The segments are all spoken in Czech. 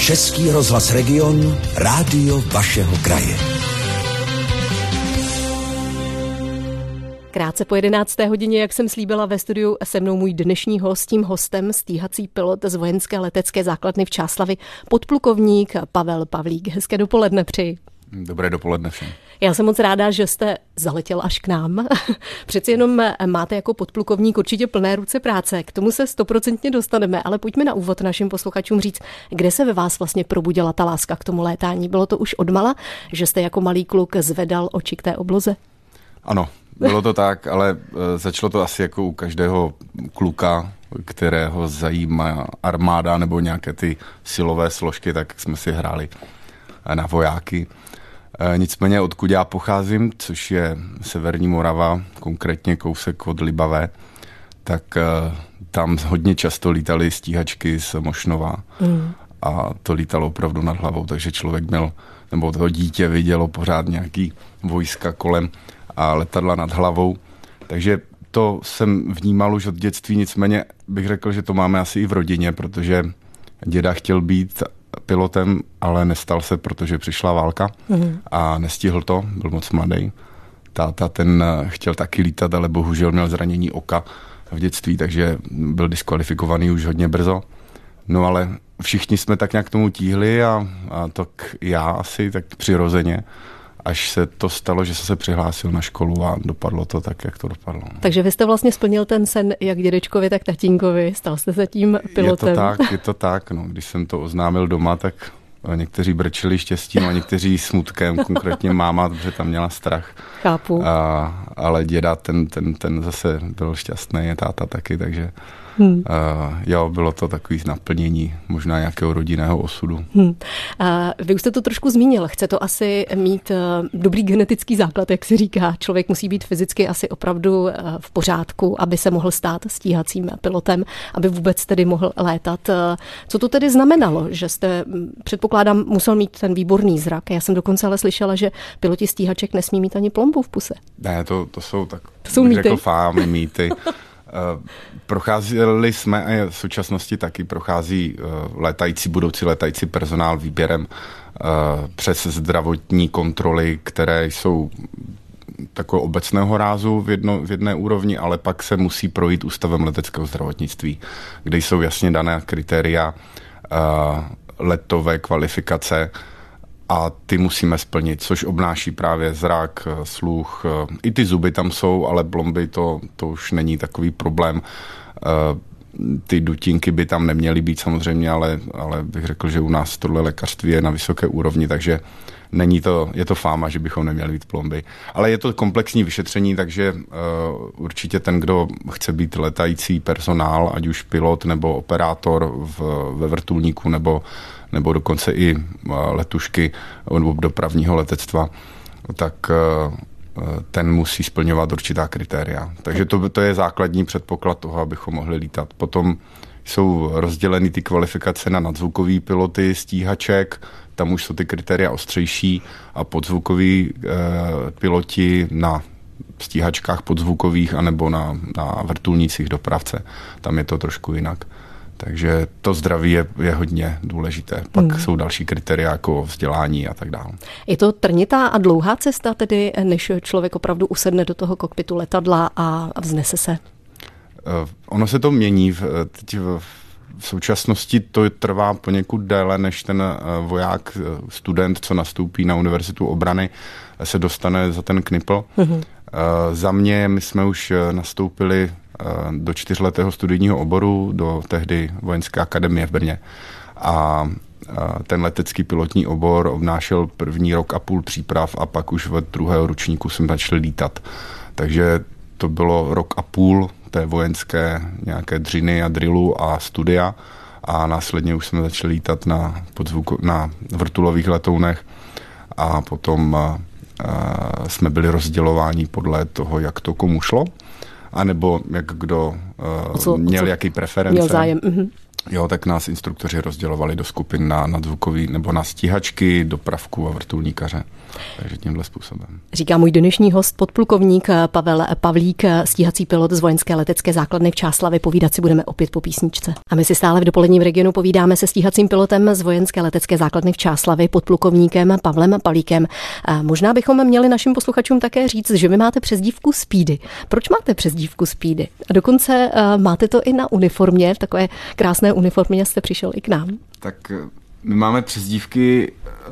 Český rozhlas Region, rádio vašeho kraje. Krátce po 11. hodině, jak jsem slíbila, ve studiu se mnou můj dnešní host, tím hostem stíhací pilot z vojenské letecké základny v Čáslavi, podplukovník Pavel Pavlík. Hezké dopoledne přeji. Dobré dopoledne všem. Já jsem moc ráda, že jste zaletěl až k nám. Přeci jenom máte jako podplukovník určitě plné ruce práce. K tomu se 100% dostaneme, ale pojďme na úvod našim posluchačům říct, kde se ve vás vlastně probudila ta láska k tomu létání. Bylo to už odmala, že jste jako malý kluk zvedal oči k té obloze? Ano, bylo to tak, ale začalo to asi jako u každého kluka, kterého zajímá armáda nebo nějaké ty silové složky, tak jsme si hráli na vojáky. Nicméně odkud já pocházím, což je severní Morava, konkrétně kousek od Libavé, tak tam hodně často lítaly stíhačky z Mošnova a to lítalo opravdu nad hlavou, takže člověk měl, nebo to dítě vidělo pořád nějaký vojska kolem a letadla nad hlavou, takže to jsem vnímal už od dětství, nicméně bych řekl, že to máme asi i v rodině, protože děda chtěl být pilotem, ale nestal se, protože přišla válka a nestihl to, byl moc mladý. Táta ten chtěl taky lítat, ale bohužel měl zranění oka v dětství, takže byl diskvalifikovaný už hodně brzo. No ale všichni jsme tak nějak k tomu tíhli a tak já asi tak přirozeně, až se to stalo, že jsem se přihlásil na školu a dopadlo to tak, jak to dopadlo. Takže vy jste vlastně splnil ten sen jak dědečkovi, tak tatínkovi. Stal jste se tím pilotem. Je to tak. No. Když jsem to oznámil doma, tak někteří brčeli štěstím a někteří smutkem, konkrétně máma, protože tam měla strach. Chápu. Ale děda, ten zase byl šťastný, táta taky, takže jo, bylo to takový naplnění možná nějakého rodinného osudu. Vy už jste to trošku zmínil. Chce to asi mít dobrý genetický základ, jak se říká. Člověk musí být fyzicky asi opravdu v pořádku, aby se mohl stát stíhacím pilotem, aby vůbec tedy mohl létat. Co to tedy znamenalo, že jste, předpokládám, musel mít ten výborný zrak? Já jsem dokonce ale slyšela, že piloti stíhaček nesmí mít ani plombu v puse. Ne, to jsou tak, to jsou mýty. Řekl fámy, mýty. Procházeli jsme a v současnosti taky prochází budoucí létající personál výběrem přes zdravotní kontroly, které jsou takového obecného rázu v jedné úrovni, ale pak se musí projít ústavem leteckého zdravotnictví, kde jsou jasně dané kritéria letové kvalifikace a ty musíme splnit, což obnáší právě zrak, sluch, i ty zuby tam jsou, ale plomby to už není takový problém. Ty dutinky by tam neměly být samozřejmě, ale bych řekl, že u nás tohle lékařství je na vysoké úrovni, takže je to fáma, že bychom neměli být plomby. Ale je to komplexní vyšetření, takže určitě ten, kdo chce být letající personál, ať už pilot nebo operátor ve vrtulníku nebo dokonce i letušky nebo dopravního letectva, tak ten musí splňovat určitá kritéria. Takže to je základní předpoklad toho, abychom mohli lítat. Potom jsou rozděleny ty kvalifikace na nadzvukový piloty stíhaček, tam už jsou ty kritéria ostřejší a podzvukoví piloti na stíhačkách podzvukových anebo na vrtulnících dopravce. Tam je to trošku jinak. Takže to zdraví je hodně důležité. Pak jsou další kritéria jako vzdělání a tak dále. Je to trnitá a dlouhá cesta tedy, než člověk opravdu usedne do toho kokpitu letadla a vznese se? Ono se to mění. V současnosti to trvá poněkud déle, než ten voják, student, co nastoupí na Univerzitu obrany, se dostane za ten knipl. Za mě, my jsme už nastoupili do 4letého studijního oboru, do tehdy Vojenské akademie v Brně. A ten letecký pilotní obor obnášel první rok a půl příprav a pak už ve druhého ročníku jsme začali lítat. Takže to bylo rok a půl té vojenské nějaké dřiny a drillu a studia a následně už jsme začali lítat na vrtulových letounech a potom jsme byli rozdělováni podle toho, jak to komu šlo, anebo jak kdo měl jaký preference. Měl zájem. Jo, tak nás instruktoři rozdělovali do skupin na nadzvukový nebo na stíhačky, dopravku a vrtulníkaře. Takže tímhle způsobem. Říká můj dnešní host, podplukovník Pavel Pavlík, stíhací pilot z vojenské letecké základny v Čáslavi. Povídat si budeme opět po písničce. A my si stále v dopoledním regionu povídáme se stíhacím pilotem z vojenské letecké základny v Čáslavi, podplukovníkem Pavlem Pavlíkem. A možná bychom měli našim posluchačům také říct, že vy máte přezdívku Speedy. Proč máte přezdívku Speedy? A dokonce máte to i na uniformě, v takové krásné uniformě jste přišel i k nám. Tak my máme přezdívky,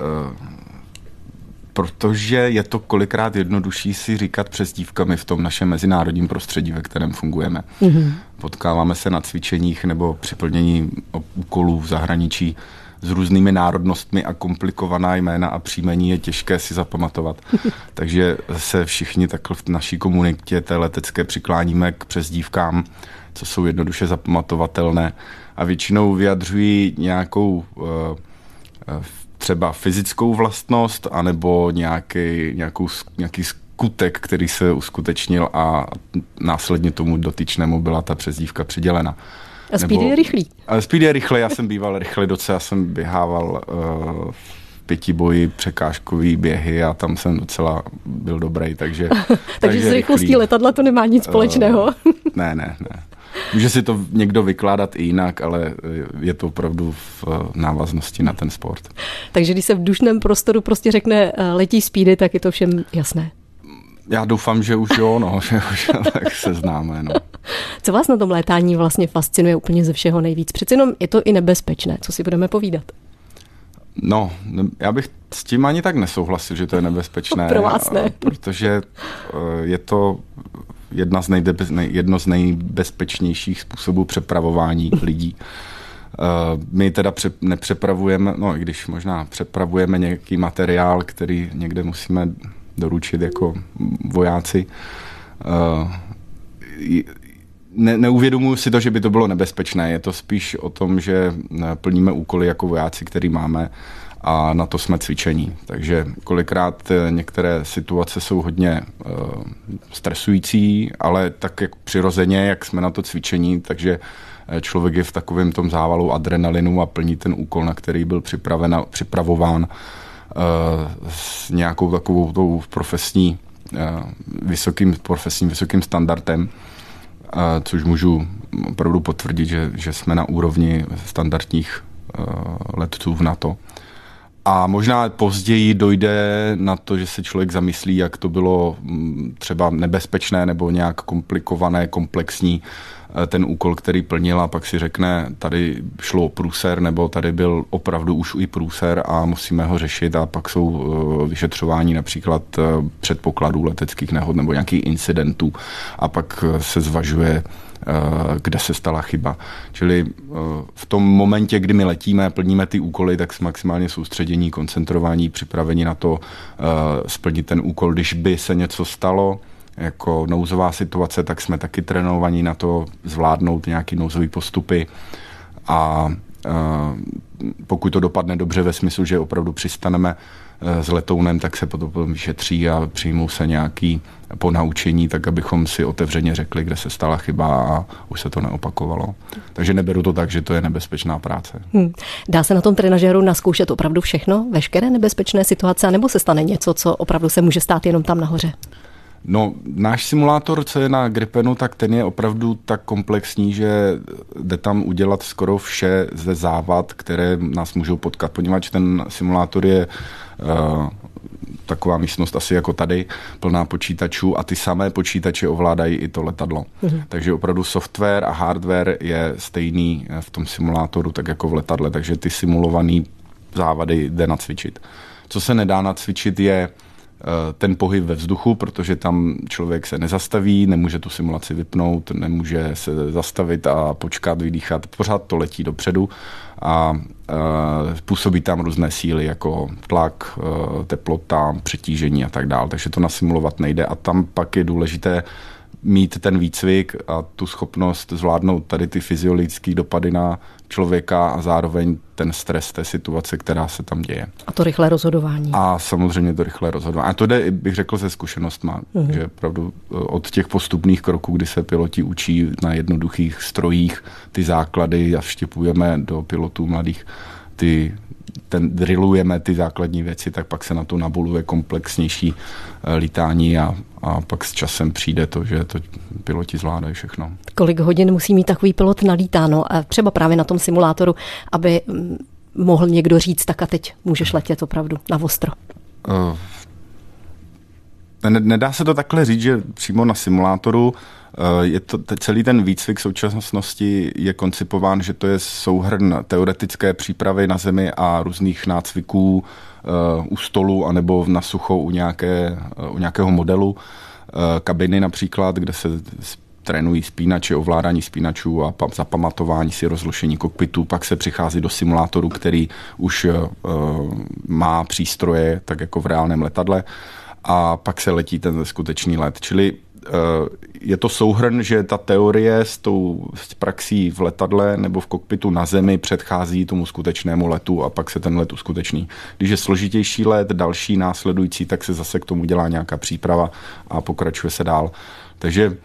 protože je to kolikrát jednodušší si říkat přezdívkami v tom našem mezinárodním prostředí, ve kterém fungujeme. Mm-hmm. Potkáváme se na cvičeních nebo při plnění úkolů v zahraničí s různými národnostmi a komplikovaná jména a příjmení je těžké si zapamatovat. Takže se všichni takhle v naší komunitě té letecké přikláníme k přezdívkám, co jsou jednoduše zapamatovatelné a většinou vyjadřují nějakou třeba fyzickou vlastnost anebo nějaký skutek, který se uskutečnil a následně tomu dotyčnému byla ta přezdívka přidělena. A Speedy je rychlý. Speedy je rychlý, já jsem býval rychlidoce, já jsem běhával v pětiboji překážkový běhy a tam jsem docela byl dobrý, takže s rychlostí letadla to nemá nic společného. Ne. Může si to někdo vykládat i jinak, ale je to opravdu v návaznosti na ten sport. Takže když se v dušném prostoru prostě řekne letí Speedy, tak je to všem jasné. Já doufám, že už jo, no, že už tak se známe. No. Co vás na tom létání vlastně fascinuje úplně ze všeho nejvíc? Přeci jenom je to i nebezpečné, co si budeme povídat. No, já bych s tím ani tak nesouhlasil, že to je nebezpečné. Pro vás ne. Protože je to jedno z nejbezpečnějších způsobů přepravování lidí. My teda nepřepravujeme, no i když možná přepravujeme nějaký materiál, který někde musíme doručit jako vojáci. Neuvědomuji si to, že by to bylo nebezpečné. Je to spíš o tom, že plníme úkoly jako vojáci, který máme a na to jsme cvičení. Takže kolikrát některé situace jsou hodně stresující, ale tak jak přirozeně, jak jsme na to cvičení, takže člověk je v takovém tom závalu adrenalinu a plní ten úkol, na který byl připravován s nějakou takovou tou vysokým standardem, což můžu opravdu potvrdit, že jsme na úrovni standardních letců v NATO. A možná později dojde na to, že se člověk zamyslí, jak to bylo třeba nebezpečné nebo nějak komplikované, komplexní ten úkol, který plnil a pak si řekne, tady šlo o průser nebo tady byl opravdu už i průser a musíme ho řešit a pak jsou vyšetřování například předpokladů leteckých nehod nebo nějakých incidentů a pak se zvažuje, kde se stala chyba. Čili v tom momentě, kdy my letíme, plníme ty úkoly, tak jsme maximálně soustředění, koncentrovaní, připraveni na to splnit ten úkol. Když by se něco stalo, jako nouzová situace, tak jsme taky trénovaní na to zvládnout nějaký nouzový postupy a pokud to dopadne dobře ve smyslu, že opravdu přistaneme s letounem, tak se potom vyšetří a přijmou se nějaký ponaučení, tak abychom si otevřeně řekli, kde se stala chyba a už se to neopakovalo. Takže neberu to tak, že to je nebezpečná práce. Dá se na tom trenažéru naskoušet opravdu všechno, veškeré nebezpečné situace, nebo se stane něco, co opravdu se může stát jenom tam nahoře? No, náš simulátor, co je na Gripenu, tak ten je opravdu tak komplexní, že jde tam udělat skoro vše ze závad, které nás můžou potkat, poněvadž ten simulátor je taková místnost asi jako tady, plná počítačů a ty samé počítače ovládají i to letadlo. Takže opravdu software a hardware je stejný v tom simulátoru, tak jako v letadle, takže ty simulované závady jde nacvičit. Co se nedá nacvičit je ten pohyb ve vzduchu, protože tam člověk se nezastaví, nemůže tu simulaci vypnout, nemůže se zastavit a počkat, vydýchat. Pořád to letí dopředu a působí tam různé síly, jako tlak, teplota, přetížení a tak dále. Takže to nasimulovat nejde a tam pak je důležité mít ten výcvik a tu schopnost zvládnout tady ty fyziologické dopady na člověka a zároveň ten stres té situace, která se tam děje. A to rychlé rozhodování. A samozřejmě to rychlé rozhodování. A to jde, bych řekl, se zkušenostma, že opravdu od těch postupných kroků, kdy se piloti učí na jednoduchých strojích ty základy a vštěpujeme do pilotů mladých drillujeme ty základní věci, tak pak se na to naboluje komplexnější lítání a pak s časem přijde to, že to piloti zvládají všechno. Kolik hodin musí mít takový pilot nalítáno, a třeba právě na tom simulátoru, aby mohl někdo říct, tak a teď můžeš letět opravdu na ostro? Nedá se to takhle říct, že přímo na simulátoru. Je to, celý ten výcvik v současnosti je koncipován, že to je souhrn teoretické přípravy na zemi a různých nácviků u stolu anebo na sucho u nějakého modelu kabiny například, kde se trénují spínači, ovládání spínačů a zapamatování si rozložení kokpitu. Pak se přichází do simulátoru, který už má přístroje, tak jako v reálném letadle, a pak se letí ten skutečný let. Čili je to souhrn, že ta teorie s praxí v letadle nebo v kokpitu na zemi předchází tomu skutečnému letu a pak se ten let uskuteční. Když je složitější let, další následující, tak se zase k tomu dělá nějaká příprava a pokračuje se dál. Takže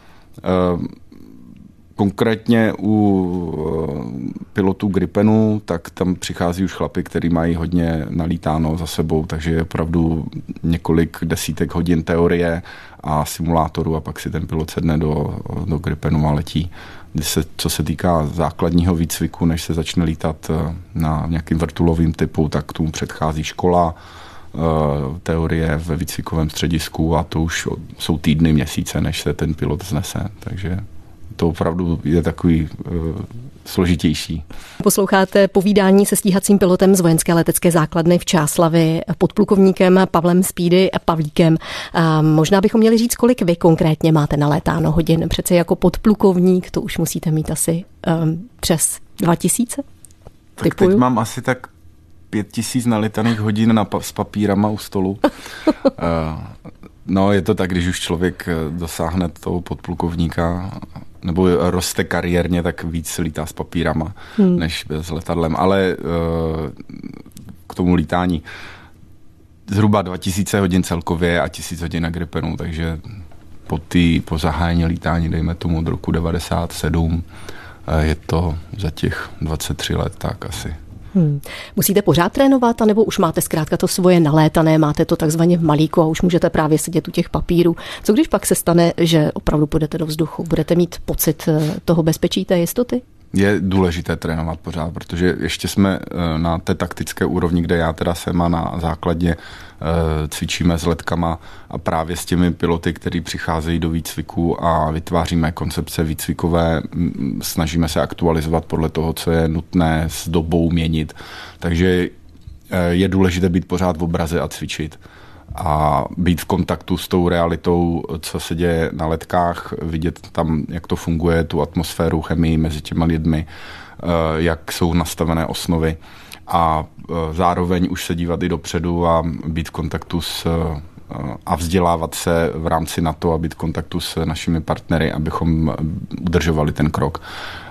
konkrétně u pilotů Gripenu, tak tam přichází už chlapi, kteří mají hodně nalítáno za sebou, takže je opravdu několik desítek hodin teorie a simulátoru a pak si ten pilot sedne do Gripenu a letí. Co se týká základního výcviku, než se začne lítat na nějakým vrtulovým typu, tak tomu předchází škola, teorie ve výcvikovém středisku a to už jsou týdny, měsíce, než se ten pilot znese, takže to opravdu je takový složitější. Posloucháte povídání se stíhacím pilotem z vojenské letecké základny v Čáslavi, podplukovníkem Pavlem Spídy Pavlíkem. A možná bychom měli říct, kolik vy konkrétně máte nalétáno hodin. Přece jako podplukovník to už musíte mít asi přes 2000? Tak teď mám asi tak 5000 nalitaných hodin s papírama u stolu. No, je to tak, když už člověk dosáhne toho podplukovníka nebo roste kariérně, tak víc lítá s papírama, než s letadlem. Ale k tomu lítání zhruba 2000 hodin celkově a 1000 hodin na Gripenu, takže po zahájení lítání, dejme tomu od roku 97, je to za těch 23 let tak asi. Musíte pořád trénovat, anebo už máte zkrátka to svoje nalétané, máte to takzvaně v malíku a už můžete právě sedět u těch papírů. Co když pak se stane, že opravdu půjdete do vzduchu? Budete mít pocit toho bezpečí, té jistoty? Je důležité trénovat pořád, protože ještě jsme na té taktické úrovni, kde já teda jsem a na základně cvičíme s letkama a právě s těmi piloty, kteří přicházejí do výcviku a vytváříme koncepce výcvikové, snažíme se aktualizovat podle toho, co je nutné s dobou měnit. Takže je důležité být pořád v obraze a cvičit a být v kontaktu s tou realitou, co se děje na letkách, vidět tam, jak to funguje, tu atmosféru, chemii mezi těma lidmi, jak jsou nastavené osnovy a zároveň už se dívat i dopředu a být v kontaktu a vzdělávat se v rámci NATO a být v kontaktu s našimi partnery, abychom udržovali ten krok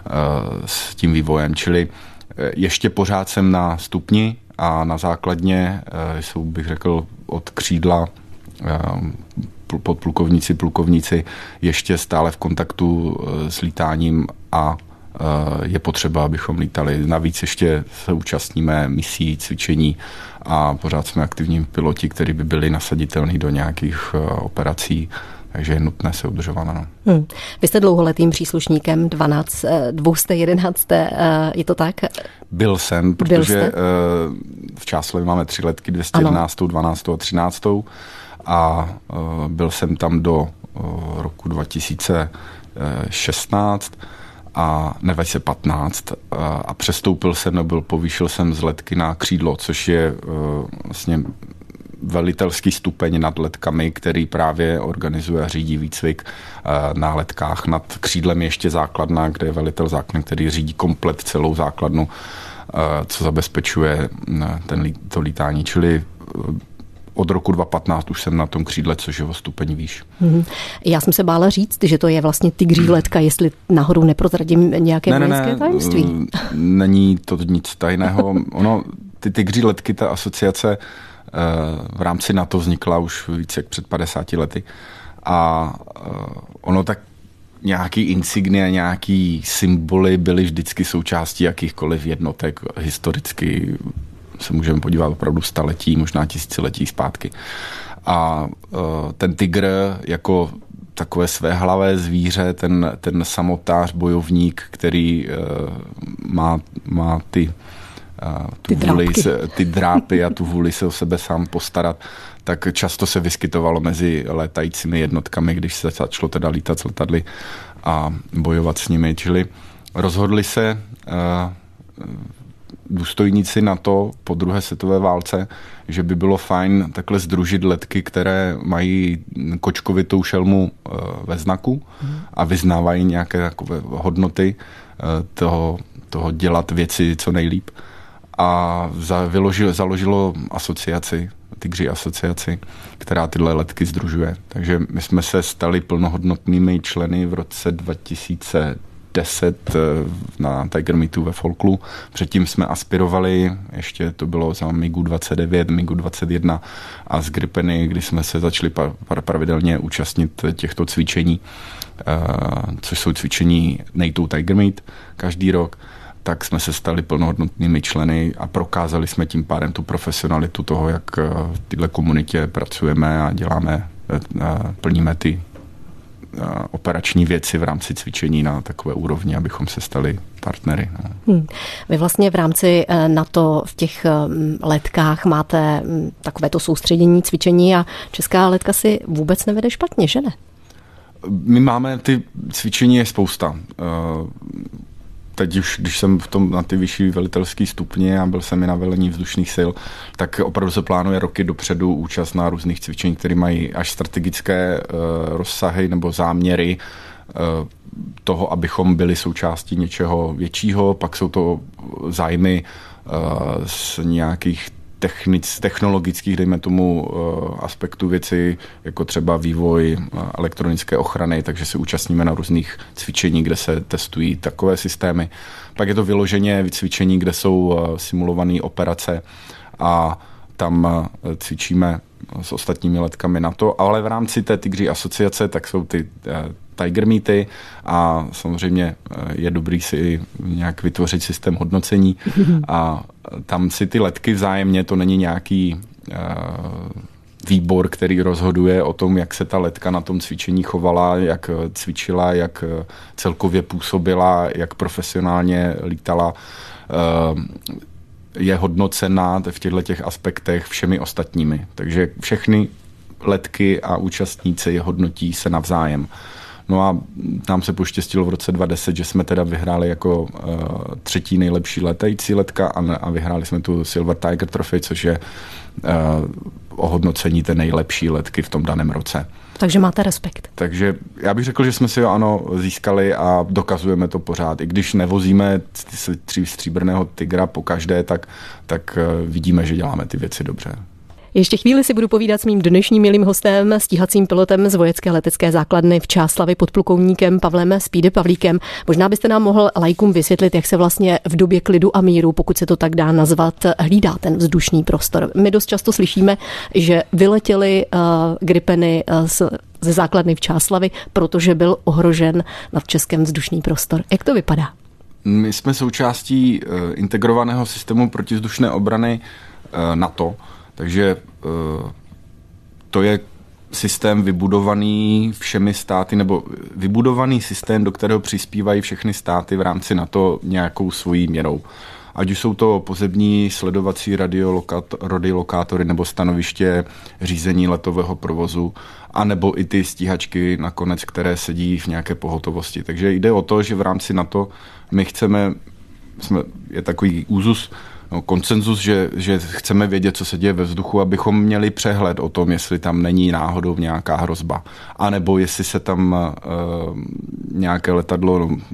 s tím vývojem. Čili ještě pořád jsem na stupni a na základně jsou, bych řekl, od křídla podplukovníci, plukovníci ještě stále v kontaktu s lítáním a je potřeba, abychom lítali. Navíc ještě se účastníme misí, cvičení a pořád jsme aktivní piloti, kteří by byli nasaditelní do nějakých operací, takže je nutné se udržovat. No. Vy jste dlouholetým příslušníkem 211. Je to tak? Byl jsem, protože v Čáslavě máme 3 letky, 211., 12. a 13. A byl jsem tam do roku 2016 a 2015 a přestoupil jsem nebo povýšil jsem z letky na křídlo, což je vlastně velitelský stupeň nad letkami, který právě organizuje a řídí výcvik na letkách. Nad křídlem je ještě základna, kde je velitel základny, který řídí komplet celou základnu, co zabezpečuje to lítání. Čili od roku 2015 už jsem na tom křídle, což je o stupeň výš. Já jsem se bála říct, že to je vlastně tygří letka, jestli náhodou neprozradím nějaké vojenské tajemství. Není to nic tajného. Ty tygří letky, ta asociace v rámci NATO vznikla už více jak před 50 lety. A ono tak nějaký insignie, nějaký symboly byly vždycky součástí jakýchkoliv jednotek. Historicky se můžeme podívat opravdu staletí, možná tisíciletí zpátky. A ten tygr jako takové svéhlavé zvíře, ten samotář, bojovník, který má ty drápy a tu vůli se o sebe sám postarat, tak často se vyskytovalo mezi létajícími jednotkami, když se začalo teda lítat s letadly a bojovat s nimi. Čili rozhodli se důstojníci NATO po druhé světové válce, že by bylo fajn takhle sdružit letky, které mají kočkovitou šelmu ve znaku a vyznávají nějaké takové hodnoty toho dělat věci co nejlíp. A založilo asociaci, Tygři asociaci, která tyhle letky sdružuje. Takže my jsme se stali plnohodnotnými členy v roce 2010 na Tiger Meetu ve Folklu. Předtím jsme aspirovali, ještě to bylo za MiGu 29, MiGu 21 a z Gripeny, kdy jsme se začali pravidelně účastnit těchto cvičení, což jsou cvičení NATO Tiger Meet každý rok, tak jsme se stali plnohodnotnými členy a prokázali jsme tím pádem tu profesionalitu toho, jak v této komunitě pracujeme a plníme ty operační věci v rámci cvičení na takové úrovni, abychom se stali partnery. Vy vlastně v rámci NATO v těch letkách máte takovéto soustředění, cvičení a česká letka si vůbec nevede špatně, že ne? My máme ty cvičení je spousta. Teď už, když jsem na ty vyšší velitelský stupně a byl jsem i na velení vzdušných sil, tak opravdu se plánuje roky dopředu účast na různých cvičení, které mají až strategické rozsahy nebo záměry toho, abychom byli součástí něčeho většího. Pak jsou to zájmy z nějakých technologických, dejme tomu, aspektů věci, jako třeba vývoj elektronické ochrany, takže se účastníme na různých cvičení, kde se testují takové systémy. Pak je to vyloženě cvičení, kde jsou simulované operace a tam cvičíme s ostatními letkami NATO, ale v rámci té Tygří asociace tak jsou ty Tiger Meety a samozřejmě je dobrý si nějak vytvořit systém hodnocení a tam si ty letky vzájemně, to není nějaký výbor, který rozhoduje o tom, jak se ta letka na tom cvičení chovala, jak cvičila, jak celkově působila, jak profesionálně lítala, je hodnocena v těchto aspektech všemi ostatními. Takže všechny letky a účastníci hodnotí se navzájem. No a nám se poštěstilo v roce 2010, že jsme teda vyhráli jako třetí nejlepší letající letka a vyhráli jsme tu Silver Tiger Trophy, což je ohodnocení té nejlepší letky v tom daném roce. Takže máte respekt. Takže já bych řekl, že jsme si ho získali a dokazujeme to pořád. I když nevozíme stříbrného tygra po každé, tak vidíme, že děláme ty věci dobře. Ještě chvíli si budu povídat s mým dnešním milým hostem, stíhacím pilotem z vojenské letecké základny v Čáslavi, podplukovníkem Pavlem Spídy Pavlíkem. Možná byste nám mohl laikům vysvětlit, jak se vlastně v době klidu a míru, pokud se to tak dá nazvat, hlídá ten vzdušný prostor. My dost často slyšíme, že vyletěly Gripeny ze základny v Čáslavi, protože byl ohrožen nad českém vzdušný prostor. Jak to vypadá? My jsme součástí integrovaného systému protivzdušné obrany NATO. Takže to je systém vybudovaný všemi státy, nebo vybudovaný systém, do kterého přispívají všechny státy v rámci NATO nějakou svojí měrou. Ať už jsou to pozemní sledovací radiolokátory nebo stanoviště řízení letového provozu, anebo i ty stíhačky nakonec, které sedí v nějaké pohotovosti. Takže jde o to, že v rámci NATO my je takový úzus, konsenzus, že chceme vědět, co se děje ve vzduchu, abychom měli přehled o tom, jestli tam není náhodou nějaká hrozba. A nebo jestli se tam nějaké letadlo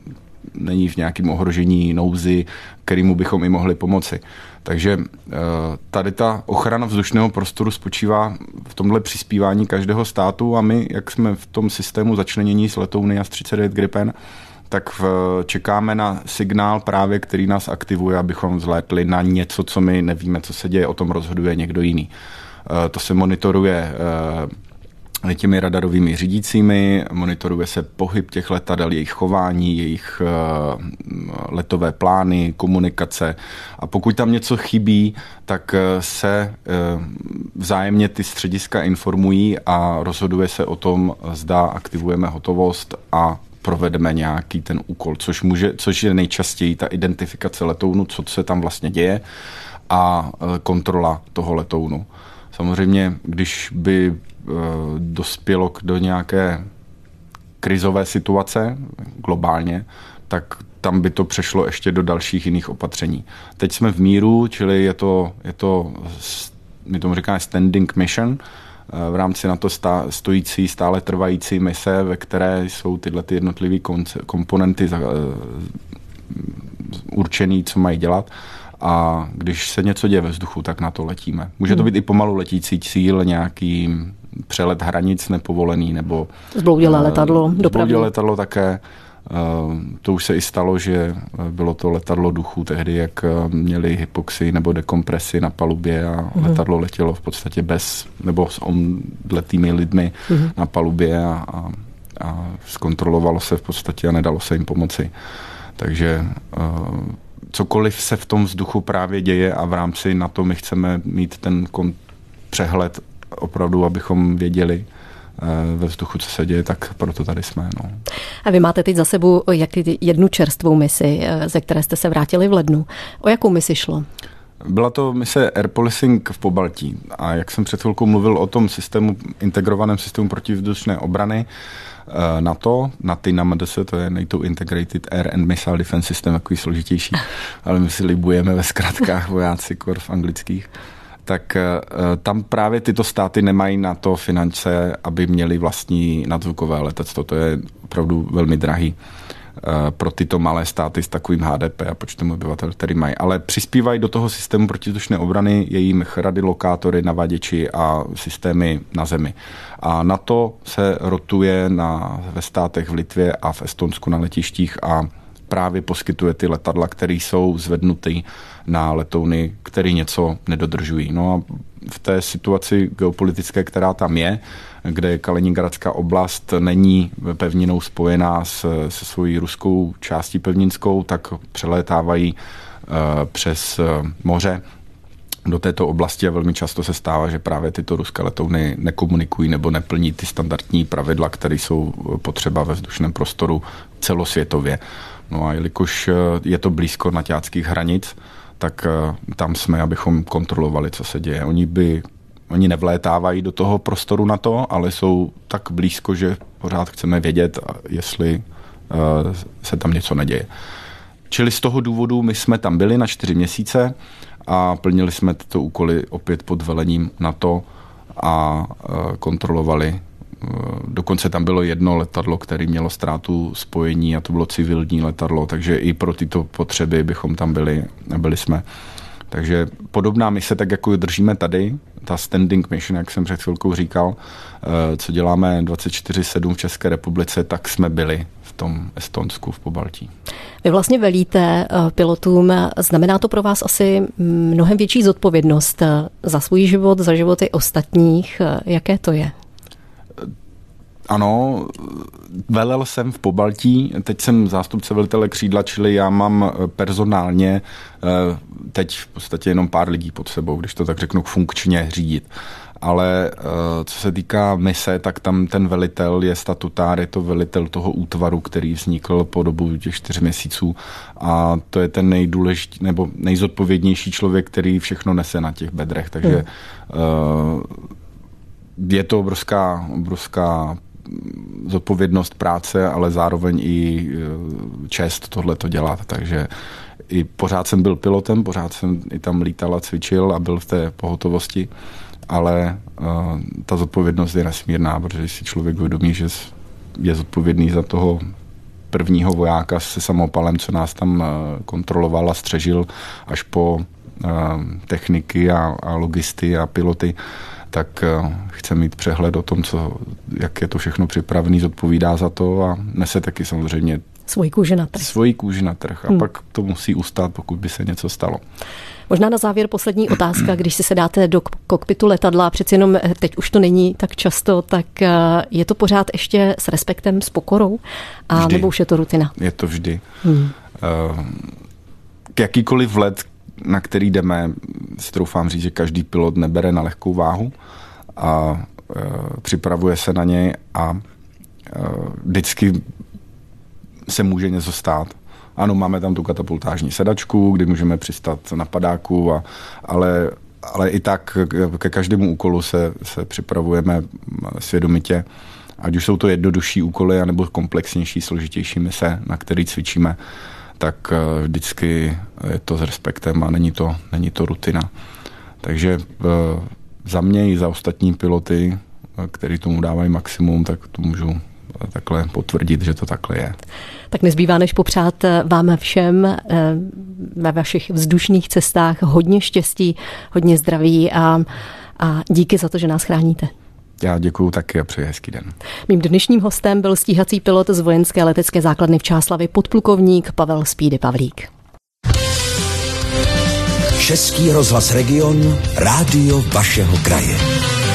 není v nějakém ohrožení, nouzi, kterému bychom i mohli pomoci. Takže tady ta ochrana vzdušného prostoru spočívá v tomhle přispívání každého státu a my, jak jsme v tom systému začlenění s letouny JAS-39 Gripen, tak čekáme na signál právě, který nás aktivuje, abychom vzlétli na něco, co my nevíme, co se děje, o tom rozhoduje někdo jiný. To se monitoruje těmi radarovými řídícími, monitoruje se pohyb těch letadel, jejich chování, jejich letové plány, komunikace a pokud tam něco chybí, tak se vzájemně ty střediska informují a rozhoduje se o tom, zda aktivujeme hotovost a provedeme nějaký ten úkol, což je nejčastěji ta identifikace letounu, co se tam vlastně děje a kontrola toho letounu. Samozřejmě, když by dospělo do nějaké krizové situace globálně, tak tam by to přešlo ještě do dalších jiných opatření. Teď jsme v míru, čili je to my tomu říkáme standing mission, v rámci NATO stojící, stále trvající mise, ve které jsou tyhle ty jednotlivé komponenty určený, co mají dělat. A když se něco děje ve vzduchu, tak na to letíme. Může to být i pomalu letící cíl, nějaký přelet hranic nepovolený, nebo zbloudilé letadlo, zbloudilé letadlo také. To už se i stalo, že bylo to letadlo duchů tehdy, jak měli hypoxii nebo dekompresi na palubě a letadlo letělo v podstatě nebo s omdletými lidmi na palubě a zkontrolovalo se v podstatě a nedalo se jim pomoci. Takže cokoliv se v tom vzduchu právě děje a v rámci NATO my chceme mít ten přehled opravdu, abychom věděli ve vzduchu, co se děje, tak proto tady jsme. No. A vy máte teď za sebou jednu čerstvou misi, ze které jste se vrátili v lednu. O jakou misi šlo? Byla to mise Air Policing v Pobaltí. A jak jsem před chvilkou mluvil o tom integrovaném systému protivzdušné obrany, NATO, NAMDS, to je NATO Integrated Air and Missile Defense System, takový složitější, ale my si libujeme ve zkratkách vojáci kor v anglických. Tak tam právě tyto státy nemají na to finance, aby měli vlastní nadzvukové letectvo. To je opravdu velmi drahý pro tyto malé státy s takovým HDP a počtem obyvatel, který mají. Ale přispívají do toho systému protivzdušné obrany jejich rady, lokátory, navaděči a systémy na zemi. A na to se rotuje ve státech v Litvě a v Estonsku na letištích a právě poskytuje ty letadla, které jsou zvednuty na letouny, které něco nedodržují. No a v té situaci geopolitické, která tam je, kde Kaliningradská oblast není pevninou spojená se svojí ruskou částí pevninskou, tak přelétávají přes moře do této oblasti a velmi často se stává, že právě tyto ruské letouny nekomunikují nebo neplní ty standardní pravidla, které jsou potřeba ve vzdušném prostoru celosvětově. No a jelikož je to blízko naťáckých hranic, tak tam jsme, abychom kontrolovali, co se děje. Oni nevlétávají do toho prostoru NATO, ale jsou tak blízko, že pořád chceme vědět, jestli se tam něco neděje. Čili z toho důvodu my jsme tam byli na 4 měsíce a plnili jsme tyto úkoly opět pod velením NATO a kontrolovali. Dokonce tam bylo jedno letadlo, které mělo ztrátu spojení a to bylo civilní letadlo, takže i pro tyto potřeby bychom tam byli a byli jsme. Takže podobná mise, tak jako držíme tady, ta standing mission, jak jsem před chvilkou říkal, co děláme 24/7 v České republice, tak jsme byli v tom Estonsku, v Pobaltí. Vy vlastně velíte pilotům, znamená to pro vás asi mnohem větší zodpovědnost za svůj život, za životy ostatních. Jaké to je? Ano, velel jsem v Pobaltí, teď jsem zástupce velitele křídla, čili já mám personálně teď v podstatě jenom pár lidí pod sebou, když to tak řeknu, funkčně řídit. Ale co se týká mise, tak tam ten velitel je statutár, je to velitel toho útvaru, který vznikl po dobu těch 4 měsíců a to je ten nebo nejzodpovědnější člověk, který všechno nese na těch bedrech, takže je to obrovská zodpovědnost práce, ale zároveň i čest tohleto dělat, takže i pořád jsem byl pilotem, pořád jsem i tam lítal a cvičil a byl v té pohotovosti, ale ta zodpovědnost je nesmírná, protože si člověk uvědomí, že je zodpovědný za toho prvního vojáka se samopalem, co nás tam kontroloval a střežil, až po techniky a logisty a piloty, tak chce mít přehled o tom, jak je to všechno připravený, zodpovídá za to a nese taky samozřejmě svoji kůži na trh. A pak to musí ustát, pokud by se něco stalo. Možná na závěr poslední otázka, když si sedáte do kokpitu letadla, přeci jenom teď už to není tak často, tak je to pořád ještě s respektem, s pokorou? A vždy. Nebo už je to rutina? Je to vždy. Jakýkoliv let, na který jdeme, si troufám říct, že každý pilot nebere na lehkou váhu a připravuje se na něj a vždycky se může něco stát. Ano, máme tam tu katapultážní sedačku, kdy můžeme přistat na padáku, ale i tak ke každému úkolu se připravujeme svědomitě. Ať už jsou to jednodušší úkoly, anebo komplexnější, složitější mise, na který cvičíme, tak vždycky je to s respektem a není to rutina. Takže za mě i za ostatní piloty, který tomu dávají maximum, tak to můžu takhle potvrdit, že to takhle je. Tak nezbývá než popřát vám všem ve vašich vzdušných cestách hodně štěstí, hodně zdraví a díky za to, že nás chráníte. Já děkuju taky a přeji hezký den. Mým dnešním hostem byl stíhací pilot z vojenské letecké základny v Čáslavi podplukovník Pavel Spídy Pavlík. Český rozhlas Region, rádio vašeho kraje.